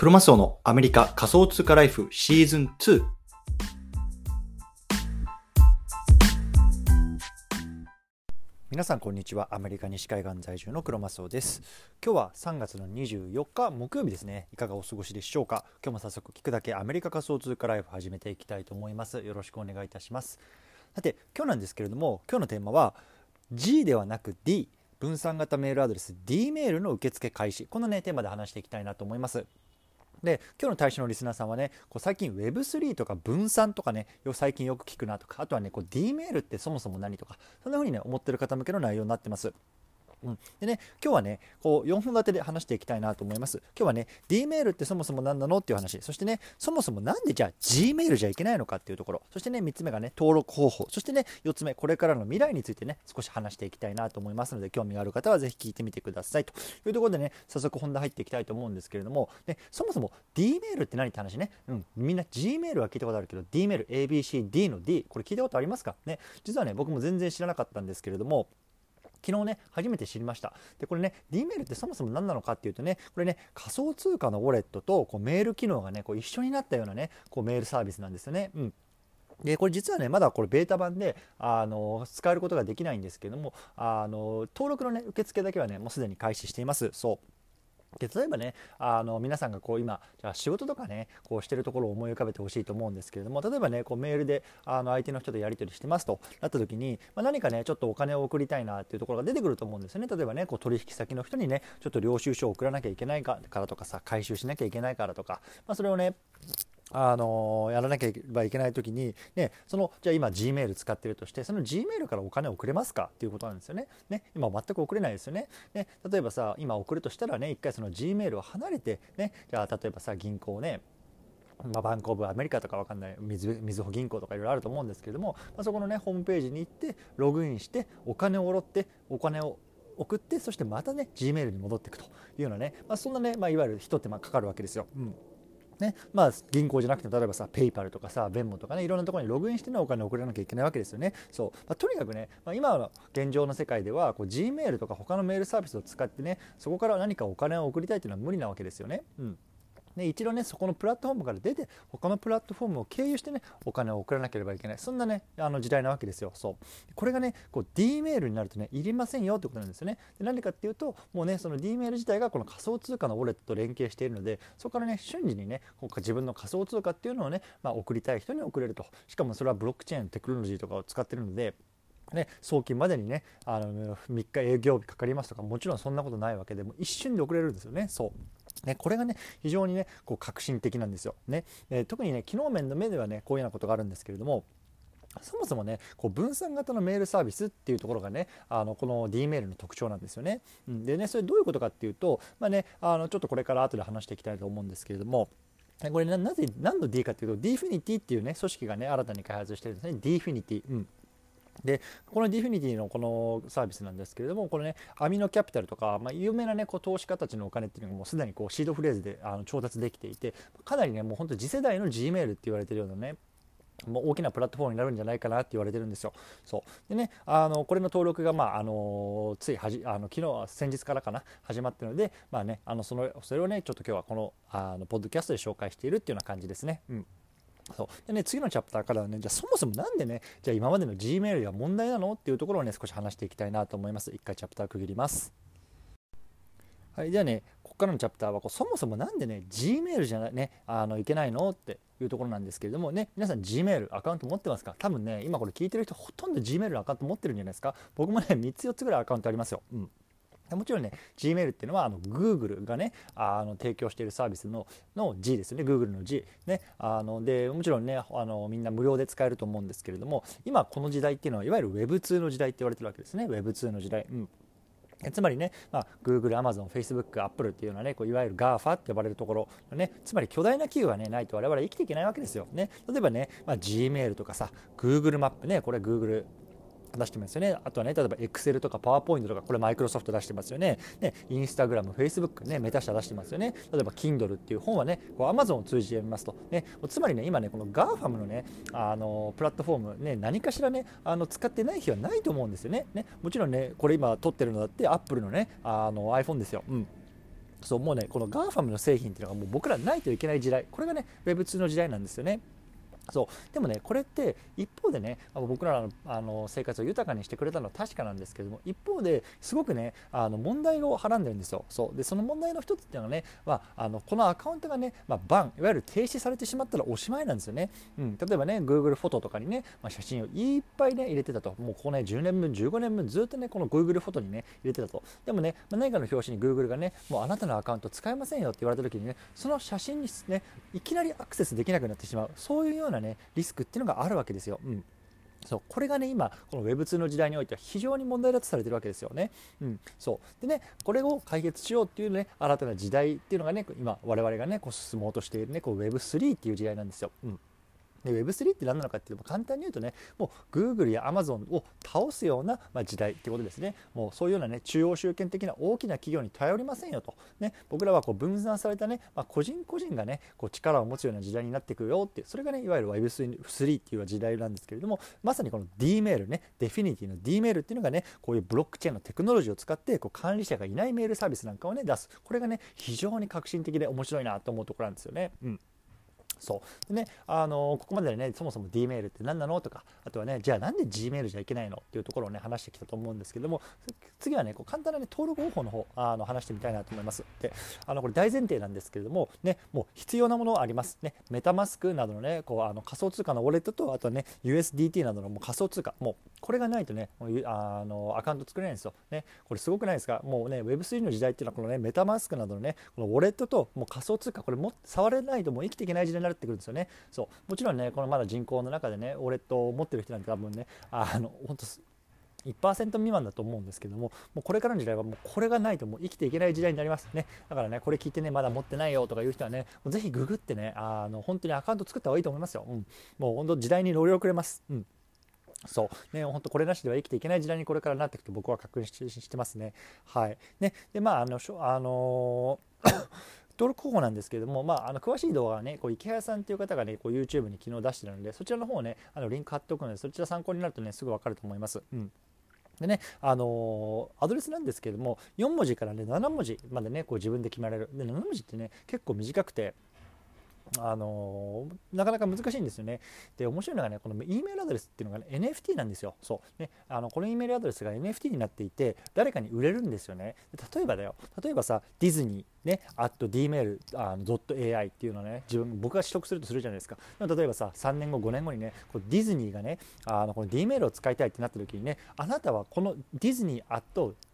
クロマスオのアメリカ仮想通貨ライフシーズン2。皆さんこんにちは。アメリカ西海岸在住のクロマスオです。今日は3月の24日木曜日ですね。いかがお過ごしでしょうか。今日も早速聞くだけアメリカ仮想通貨ライフ始めていきたいと思います。よろしくお願いいたします。さて今日なんですけれども、今日のテーマは G ではなく D、 分散型メールアドレス D メールの受付開始、このねテーマで話していきたいなと思います。で今日の対象のリスナーさんはね、最近 Web3 とか分散とかね、最近よく聞くなとか、あとはねD メールってそもそも何とか、そんな風にね思ってる方向けの内容になってます。でね、今日はね4本立てで話していきたいなと思います。今日はね D メールってそもそも何なのっていう話、そしてねそもそもなんでじゃあ G メールじゃいけないのかっていうところ、そしてね3つ目がね登録方法、そしてね4つ目これからの未来についてね少し話していきたいなと思いますので、興味がある方はぜひ聞いてみてくださいというところでね、早速本題入っていきたいと思うんですけれども、ね、そもそも D メールって何って話ね、みんな G メールは聞いたことあるけど D メール ABCD の D、 これ聞いたことありますかね。実はね僕も全然知らなかったんですけれども、昨日ね初めて知りました。でこれね D メールってそもそも何なのかっていうとね、これね仮想通貨のウォレットとメール機能がね一緒になったようなねメールサービスなんですよね。でこれ実はねまだこれベータ版で使えることができないんですけども、登録のね受付だけはねもうすでに開始しています。で例えばね皆さんが今じゃあ仕事とかねしてるところを思い浮かべてほしいと思うんですけれども、例えばねメールで相手の人とやり取りしてますとなった時に、何かねちょっとお金を送りたいなっていうところが出てくると思うんですよね。例えばね取引先の人にねちょっと領収書を送らなきゃいけないからとかさ、回収しなきゃいけないからとか、それをねやらなければいけないときに、ね、じゃあ今 G メール使ってるとして、その G メールからお金を送れますかっていうことなんですよね。今全く送れないですよね。例えばさ今送るとしたらね、一回その G メールを離れてね、じゃあ例えばさ銀行ね、バンコブアメリカとかわかんないみずほ銀行とかいろいろあると思うんですけれども、そこのねホームページに行ってログインしてお金を下ろってお金を送って、そしてまたね G メールに戻っていくというようなね、そんなね、いわゆる一手間かかるわけですよ。銀行じゃなくて例えばさペイパルとかさベンモとかね、いろんなところにログインしてねお金を送らなきゃいけないわけですよね。とにかくね、今の現状の世界ではG メールとか他のメールサービスを使ってね、そこから何かお金を送りたいというのは無理なわけですよね。一度ねそこのプラットフォームから出て他のプラットフォームを経由してねお金を送らなければいけない、そんなね時代なわけですよ。これがねD メールになるとねいりませんよってことなんですよね。で何かっていうと、もうねその D メール自体がこの仮想通貨のウォレットと連携しているので、そこからね瞬時にね自分の仮想通貨っていうのをね、送りたい人に送れると。しかもそれはブロックチェーンテクノロジーとかを使っているので送金までにね3日営業日かかりますとか、もちろんそんなことないわけで、も一瞬で送れるんですよね。これがね非常にね革新的なんですよね。特にね機能面の目ではねこういうようなことがあるんですけれども、そもそもね分散型のメールサービスっていうところがねこの D メールの特徴なんですよね。でねそれどういうことかっていうと、ちょっとこれから後で話していきたいと思うんですけれども、これ何の D かっていうと Dfinity っていうね組織がね新たに開発してるんですね。Dfinity、でこのディフィニティのこのサービスなんですけれども、これねアミノキャピタルとか、有名なね投資家たちのお金っていうのがもうすでにシードフレーズで調達できていて、かなりねもう本当次世代の G メールって言われてるようなねもう大きなプラットフォームになるんじゃないかなって言われてるんですよ。でねこれの登録がつい昨日先日からかな始まってるので、それをねちょっと今日はこのポッドキャストで紹介しているっていうような感じですね。でね、次のチャプターからはね、じゃあそもそもなんでねじゃあ今までの G メールが問題なのっていうところをね少し話していきたいなと思います。一回チャプター区切ります。はい、ではねここからのチャプターはそもそもなんでね G メールじゃねいけないのっていうところなんですけれどもね、皆さん G メールアカウント持ってますか？多分ね今これ聞いてる人ほとんど G メールアカウント持ってるんじゃないですか。僕もね3つ4つぐらいアカウントありますよ。もちろんね Gmail っていうのはGoogle がね提供しているサービスの G ですよね。 Google の G ねでもちろんねみんな無料で使えると思うんですけれども、今この時代っていうのはいわゆる Web2 の時代って言われてるわけですね。 Web2 の時代、つまりね、Google、Amazon、Facebook、Apple っていうのはねいわゆる GAFA って呼ばれるところね、つまり巨大な企業がねないと我々は生きていけないわけですよね。例えばね、Gmail とかさ Google マップね、これ Google出してますよね。あとはね例えば Excel とか PowerPoint とかこれマイクロソフト出してますよね。Instagram、Facebook ねメタ社出してますよね。例えば Kindle っていう本はねAmazon を通じて読みますとね、つまりね今ねこの GAFAM のねプラットフォームね何かしらね使ってない日はないと思うんですよね。もちろんねこれ今撮ってるのだって Apple のねiPhone ですよ。 そうもうねこの GAFAM の製品っていうのがもう僕らないといけない時代、これがね Web2 の時代なんですよね。そうでもねこれって一方でね僕らの、生活を豊かにしてくれたのは確かなんですけども、一方ですごくね問題をはらんでるんですよ。そうでその問題の一つっていうのはね、このアカウントがね、バンいわゆる停止されてしまったらおしまいなんですよね。例えばね Google フォトとかにね、写真をいっぱいね入れてたと、もうここね10年分15年分ずっとねこの Google フォトにね入れてたと。でもね、何かの表紙に Google がねもうあなたのアカウント使えませんよって言われた時にね、その写真にねいきなりアクセスできなくなってしまう、そういうようなねリスクっていうのがあるわけですよ。そうこれがね今この Web2 の時代においては非常に問題だとされているわけですよね。そうでねこれを解決しようっていうね新たな時代っていうのがね今我々がねこう進もうとしているねこう Web3 っていう時代なんですよ。で Web3 って何なのかっていうと簡単に言うとねもう Google や Amazon を倒すような、時代ってことですね。もうそういうようなね中央集権的な大きな企業に頼りませんよと、僕らはこう分散されたね、個人個人がねこう力を持つような時代になっていくよっていう、それがねいわゆる Web3 っていう時代なんですけれども、まさにこの D メールねデフィニティの D メールっていうのがねこういうブロックチェーンのテクノロジーを使ってこう管理者がいないメールサービスなんかをね出す、これがね非常に革新的で面白いなと思うところなんですよね。そうでね、ここまでねそもそも D メールって何なのとか、あとはねじゃあなんで G メールじゃいけないのっていうところをね話してきたと思うんですけども、次はねこう簡単なね登録方法の方話してみたいなと思います。でこれ大前提なんですけれどもね、もう必要なものありますね。メタマスクなどのねこう仮想通貨のウォレットと、あとはね USDT などのもう仮想通貨、もうこれがないとねもうアカウント作れないんですよね。これすごくないですか。もうね Web3 の時代っていうのはこのねメタマスクなどのねこのウォレットともう仮想通貨、これも触れないともう生きていけない時代になってくるんですよね。そうもちろんねこのまだ人口の中でねウォレットを持ってる人なんて多分ね本当1% 未満だと思うんですけども、もうこれからの時代はもうこれがないともう生きていけない時代になりますね。だからねこれ聞いてねまだ持ってないよとかいう人はねもうぜひググってね本当にアカウント作った方がいいと思いますよ。もう本当時代に乗り遅れます。そうね、本当これなしでは生きていけない時代にこれからなっていくと僕は確認してますね。はいね、で登録方法なんですけれども、詳しい動画はねこう池谷さんという方がねこう YouTube に昨日出してるので、そちらの方をねリンク貼っておくので、そちら参考になるとねすぐ分かると思います。でねアドレスなんですけれども4文字からね7文字までねこう自分で決められる。で7文字ってね結構短くてなかなか難しいんですよね。で面白いのがねこの E メールアドレスっていうのが、ね、NFT なんですよ。そうねこの E メールアドレスが NFT になっていて誰かに売れるんですよね。で例えばさディズニーね@dmail.ai っていうのをね僕が取得するとするじゃないですか。でも例えばさ3年後5年後にねこうディズニーがねこの D メールを使いたいってなった時にね、あなたはこのディズニー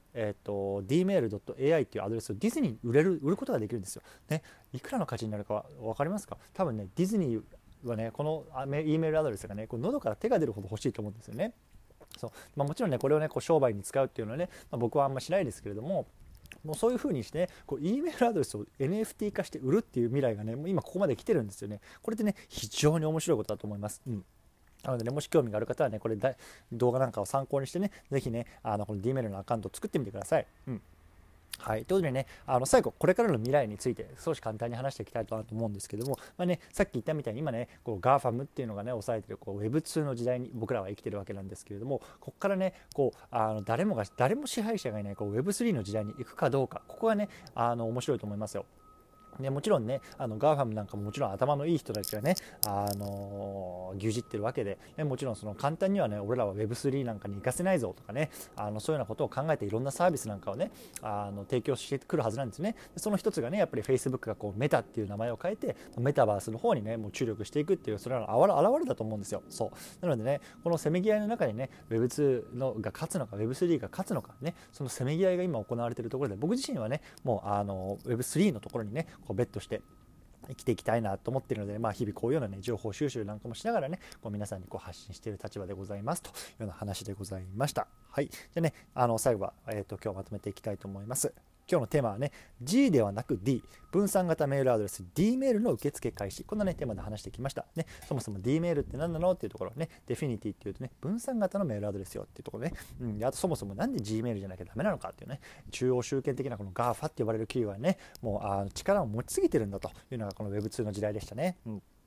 dmail.ai っていうアドレスをディズニーに売ることができるんですよ。ね、いくらの価値になるか分かりますか。多分ねディズニーはねこの E メールアドレスがねこう喉から手が出るほど欲しいと思うんですよね。もちろんねこれをねこう商売に使うっていうのはね、僕はあんましないですけれども、もうそういう風にしてねこう E メールアドレスを NFT 化して売るっていう未来がねもう今ここまで来てるんですよね。これってね非常に面白いことだと思います。なのでね、もし興味がある方はね、これ動画なんかを参考にしてね、ぜひね、この D メールのアカウントを作ってみてください。はい、ということでね最後これからの未来について少し簡単に話していきたいと思うんですけども、さっき言ったみたいに今ねこう GAFAM っていうのがね抑えてるこう Web2 の時代に僕らは生きてるわけなんですけれども、ここからねこう誰も支配者がいないこう Web3 の時代に行くかどうか、ここがね面白いと思いますよ。もちろんねGAFAM なんかももちろん頭のいい人たちがね牛耳ってるわけで、もちろんその簡単にはね俺らは Web3 なんかに行かせないぞとかねそういうようなことを考えていろんなサービスなんかをね提供してくるはずなんですね。その一つがねやっぱり Facebook がこうメタっていう名前を変えてメタバースの方にねもう注力していくっていう、それらの表れだと思うんですよ。そうなのでねこのせめぎ合いの中にね Web2 が勝つのか Web3 が勝つのかね、そのせめぎ合いが今行われているところで、僕自身はねもうWeb3 のところにねこうベットして生きていきたいなと思っているので、日々こういうようなね情報収集なんかもしながらねこう皆さんにこう発信している立場でございますというような話でございました。はい、じゃあね最後は、今日まとめていきたいと思います。今日のテーマはね G ではなく D 分散型メールアドレス D メールの受付開始、こんなねテーマで話してきましたね。そもそも D メールって何なのっていうところね、デフィニティっていうとね分散型のメールアドレスよっていうところね、あとそもそもなんで G メールじゃなきゃダメなのかっていうね、中央集権的なこの GAFA って呼ばれる企業はねもう力を持ちすぎてるんだというのがこの Web2 の時代でしたね。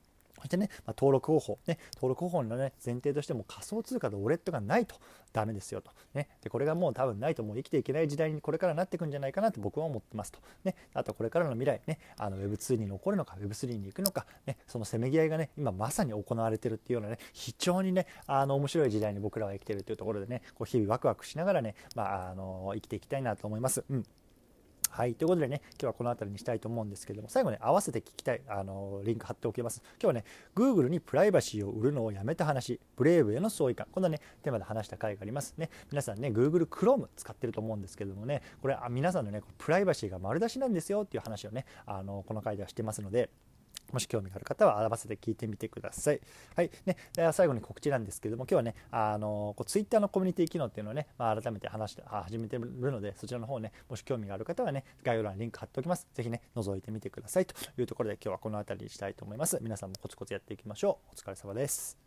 そしてね、登録方法、登録方法の、前提としても仮想通貨とウォレットがないとダメですよと、でこれがもう多分ないともう生きていけない時代にこれからなっていくんじゃないかなと僕は思ってますと、あとこれからの未来Web2 に残るのか Web3 に行くのか、そのせめぎ合いが今まさに行われているっていうような非常に面白い時代に僕らは生きているというところでこう日々ワクワクしながら生きていきたいなと思います。はい、ということで今日はこの辺りにしたいと思うんですけれども、最後合わせて聞きたいリンク貼っておきます。今日はGoogle にプライバシーを売るのをやめた話、ブレイブへの相違感、こんなテーマで話した回がありますね。皆さんGoogle Chrome 使ってると思うんですけれどもこれ皆さんのプライバシーが丸出しなんですよっていう話をこの回ではしてますので、もし興味がある方は合わせて聞いてみてください。はい。では最後に告知なんですけれども、今日はツイッターのコミュニティ機能っていうのを改めて始めてるので、そちらの方もし興味がある方は概要欄にリンク貼っておきます。ぜひ覗いてみてくださいというところで今日はこの辺りにしたいと思います。皆さんもコツコツやっていきましょう。お疲れ様です。